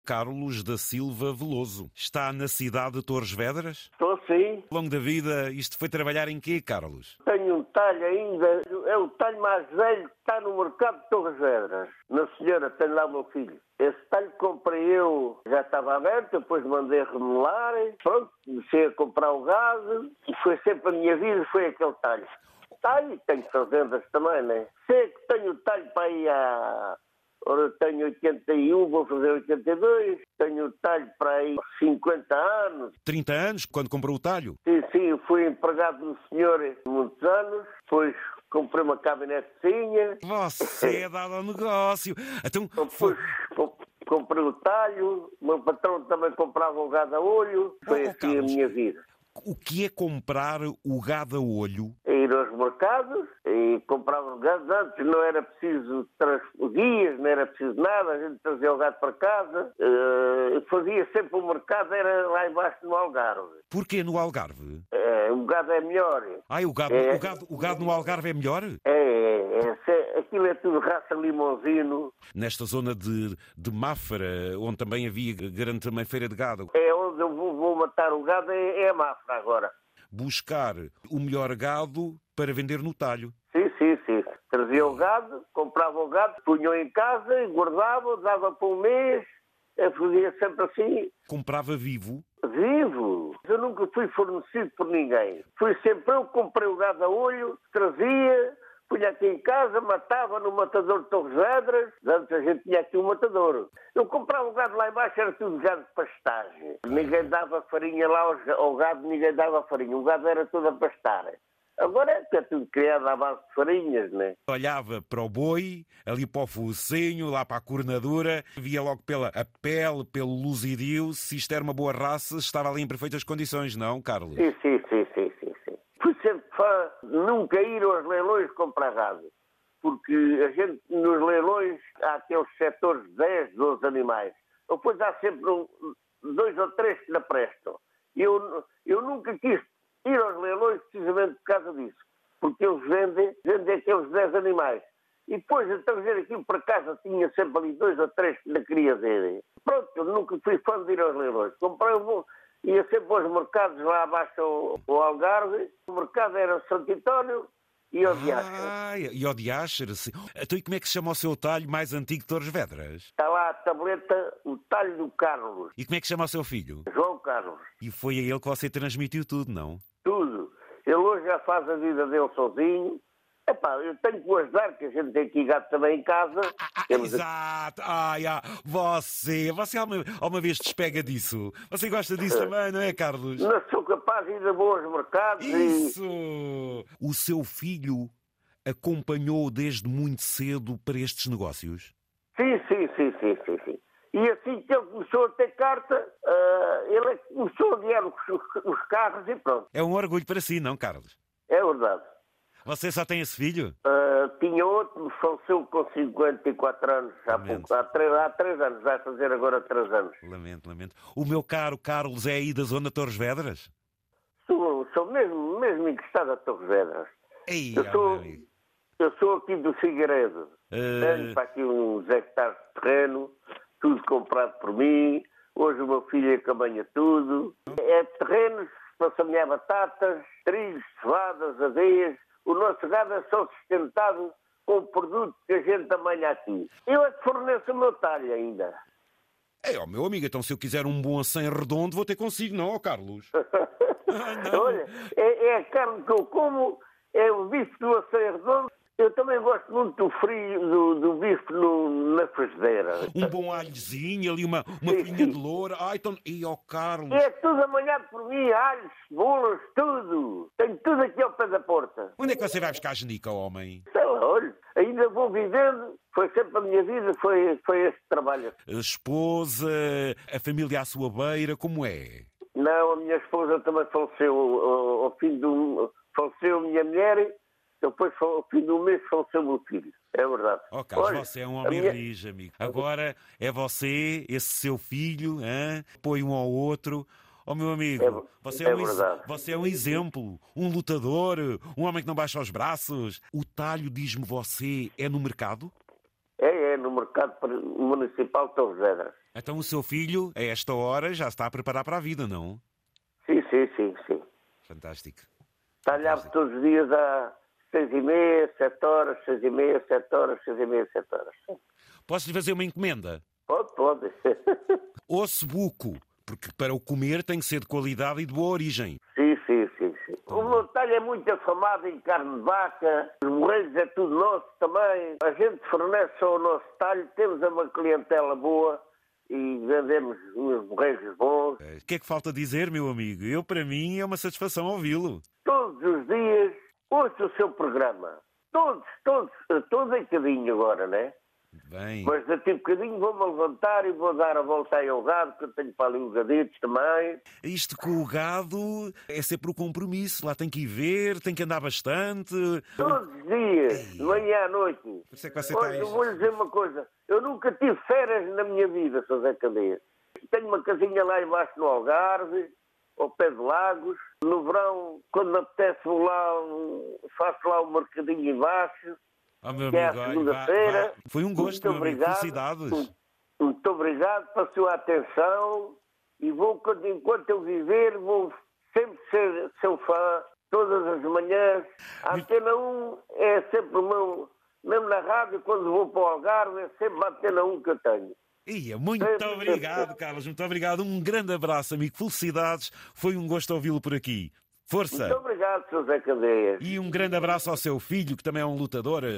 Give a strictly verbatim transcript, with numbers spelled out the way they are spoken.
Carlos da Silva Veloso. Está na cidade de Torres Vedras? Estou sim. Ao longo da vida, isto foi trabalhar em quê, Carlos? Tenho um talho ainda, é o talho mais velho que está no mercado de Torres Vedras. Na senhora, tenho lá o meu filho. Esse talho que comprei eu, já estava aberto, depois mandei remodelar. Pronto, comecei a comprar o gado e foi sempre a minha vida, foi aquele talho. Talho, tenho fazendas também, né? Sei que tenho talho para ir a... Ora, tenho oitenta e um, vou fazer oitenta e dois, tenho talho para aí cinquenta anos. trinta anos, quando comprou o talho? Sim, sim, fui empregado do senhor há muitos anos, depois comprei uma cabinetezinha. Você é dado ao negócio. Então, depois comprei o talho, o meu patrão também comprava o gado a olho, foi oh, assim Carlos, a minha vida. O que é comprar o gado a olho? Ir aos mercados e comprava o gado. Antes não era preciso guias, não era preciso nada, a gente trazia o gado para casa. Uh, fazia sempre o mercado, era lá embaixo no Algarve. Porquê no Algarve? Uh, o gado é melhor. Ai, o gado, é, o, gado, o gado no Algarve é melhor? É, é, é, aquilo é tudo raça limãozinho. Nesta zona de, de Mafra, onde também havia grande também feira de gado. É onde eu vou, vou matar o gado, é, é a Mafra agora. Buscar o melhor gado para vender no talho. Sim, sim, sim. Trazia o gado, comprava o gado, punha em casa, guardava, dava para um mês, eu fazia sempre assim. Comprava vivo? Vivo! Eu nunca fui fornecido por ninguém. Fui sempre eu que comprei o gado a olho, trazia, punha aqui em casa, matava no matador de Torres Vedras. Antes a gente tinha aqui um matador. Eu comprava o gado lá embaixo, era tudo gado de pastagem. Ninguém dava farinha lá ao gado, ninguém dava farinha. O gado era tudo a pastar. Agora é tudo criado à base de farinhas, né? Olhava para o boi, ali para o focinho, lá para a cornadura, via logo pela a pele, pelo luzidio, se isto era uma boa raça, estava ali em perfeitas condições, não, Carlos? Sim, sim, sim, sim, sim. sim. Fui sempre fã de nunca ir aos leilões comprar gado. Porque a gente, nos leilões, há aqueles setores de dez, doze animais. Depois há sempre um, dois ou três que não prestam. Eu, eu nunca quis ir aos leilões precisamente por causa disso. Porque eles vendem, vendem aqueles dez animais. E depois, a trazer aquilo para casa, tinha sempre ali dois ou três que não queria ver. Pronto, eu nunca fui fã de ir aos leilões. Comprei um, ia sempre aos mercados lá abaixo ao, ao Algarve. O mercado era o Santo António e ao Diáxere. Ah, e ao Diáxere, sim. Então e como é que se chama o seu talho mais antigo de Torres Vedras? Está lá a tableta, o talho do Carlos. E como é que se chama o seu filho? João Carlos. E foi a ele que você transmitiu tudo, não? Tudo. Ele hoje já faz a vida dele sozinho. Epá, eu tenho que o ajudar, que a gente tem aqui gato também em casa. Ah, ah, Temos... Exato! Ai, ah, você, você alguma, alguma vez despega disso? Você gosta disso também, não é, Carlos? Não sou capaz de ir a bons mercados. Isso! E... O seu filho acompanhou desde muito cedo para estes negócios? Sim, sim, sim, sim, sim, sim. E assim que ele começou a ter carta, uh, ele começou a guiar os, os carros e pronto. É um orgulho para si, não, Carlos? É verdade. Você só tem esse filho? Uh, tinha outro, faleceu com cinquenta e quatro anos, há, pouco, há, três, há três anos, vai fazer agora três anos. Lamento, lamento. O meu caro Carlos é aí da zona de Torres Vedras? Sou, sou mesmo, mesmo encostado a Torres Vedras. Ei, eu, sou, eu sou aqui do Figueiredo. Uh... Tenho para aqui uns hectares de terreno, tudo comprado por mim. Hoje o meu filho acabanha tudo. É terrenos para semear batatas, trigos, cevadas, aveias. O nosso gado é só sustentado com o produto que a gente amanha aqui. Eu é que forneço o meu talho ainda. É, ó, meu amigo, então se eu quiser um bom acém redondo, vou ter consigo, não, ó Carlos? ah, não. Olha, é, é a carne que eu como, é o bife do acém redondo. Eu também gosto muito do frio, do, do bife no, na frigideira. Um bom alhozinho, ali uma, uma farinha de loura. Ai, então... E ó, Carlos... É tudo amanhado por mim, alhos, cebolas, tudo. Tenho tudo aqui ao pé da porta. Onde é que você vai buscar a genica, homem? Sei lá, olha, ainda vou vivendo. Foi sempre a minha vida, foi, foi este trabalho. A esposa, a família à sua beira, como é? Não, a minha esposa também faleceu ao, ao fim do... Faleceu a minha mulher... Depois, ao fim do mês, faleceu o meu filho. É verdade. Oh, Carlos, Olha, você é um homem minha... rijo, amigo. Agora é você, esse seu filho, hein? Põe um ao outro. Oh, meu amigo, é, você, é é um, verdade. você é um exemplo, um lutador, um homem que não baixa os braços. O talho, diz-me você, é no mercado? É, é, no mercado municipal de Torres Vedras. Então o seu filho, a esta hora, já está a preparar para a vida, não? Sim, sim, sim, sim. Fantástico. Talhava todos os dias às seis e meia, sete horas, seis e meia, sete horas, seis e meia, sete horas. Posso-lhe fazer uma encomenda? Pode, pode. Osso buco, porque para o comer tem que ser de qualidade e de boa origem. Sim, sim, sim, sim. O meu talho é muito afamado em carne de vaca, os borregos é tudo nosso também. A gente fornece só o nosso talho, temos uma clientela boa e vendemos uns borregos bons. O que é que falta dizer, meu amigo? Eu, para mim, é uma satisfação ouvi-lo. Todos os dias ouço o seu programa. Todos, todos, todo em bocadinho agora, não é? Bem. Mas daqui a bocadinho vou-me levantar e vou dar a volta aí ao gado, que eu tenho para ali uns gaditos também. Isto com o gado é sempre o compromisso. Lá tem que ir ver, tem que andar bastante. Todos os dias, de manhã à noite. Por isso é que você Olha, está eu vou-lhe dizer uma coisa. Eu nunca tive férias na minha vida, Sr. Zé Candeias. Tenho uma casinha lá embaixo no Algarve, ao pé de Lagos. No verão, quando me apetece, vou lá, faço lá um mercadinho embaixo. Oh, meu Que é amigo, a olha, segunda-feira. vá, vá. Foi um gosto, Muito meu amigo. obrigado. Felicidades. Muito obrigado pela sua atenção e vou, enquanto eu viver, vou sempre ser seu fã, todas as manhãs. A Antena um é sempre o meu, mesmo na rádio, quando vou para o Algarve, é sempre a Antena um que eu tenho. Ia, muito obrigado, Carlos. Muito obrigado. Um grande abraço, amigo. Felicidades. Foi um gosto ouvi-lo por aqui. Força. Muito obrigado, senhor Zé Candeias. E um grande abraço ao seu filho, que também é um lutador.